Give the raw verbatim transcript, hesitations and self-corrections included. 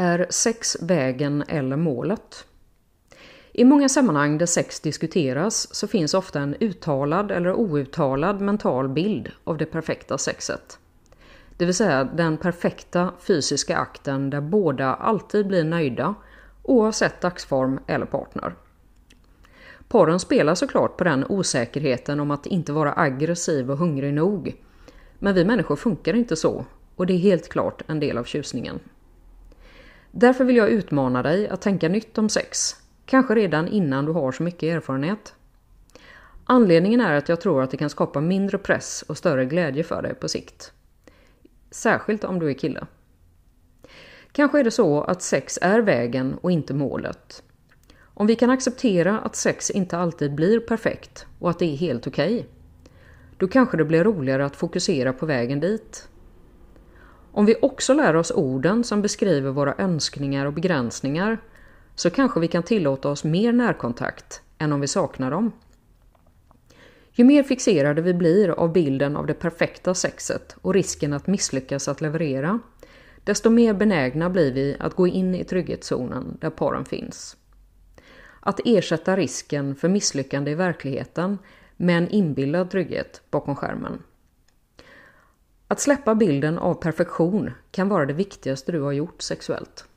Är sex vägen eller målet? I många sammanhang där sex diskuteras så finns ofta en uttalad eller outtalad mental bild av det perfekta sexet. Det vill säga den perfekta fysiska akten där båda alltid blir nöjda oavsett dagsform eller partner. Paren spelar såklart på den osäkerheten om att inte vara aggressiv och hungrig nog. Men vi människor funkar inte så och det är helt klart en del av tjusningen. Därför vill jag utmana dig att tänka nytt om sex, kanske redan innan du har så mycket erfarenhet. Anledningen är att jag tror att det kan skapa mindre press och större glädje för dig på sikt. Särskilt om du är kille. Kanske är det så att sex är vägen och inte målet. Om vi kan acceptera att sex inte alltid blir perfekt och att det är helt okej, då kanske det blir roligare att fokusera på vägen dit. Om vi också lär oss orden som beskriver våra önskningar och begränsningar, så kanske vi kan tillåta oss mer närkontakt än om vi saknar dem. Ju mer fixerade vi blir av bilden av det perfekta sexet och risken att misslyckas att leverera, desto mer benägna blir vi att gå in i trygghetszonen där paren finns. Att ersätta risken för misslyckande i verkligheten med en inbillad trygghet bakom skärmen. Att släppa bilden av perfektion kan vara det viktigaste du har gjort sexuellt.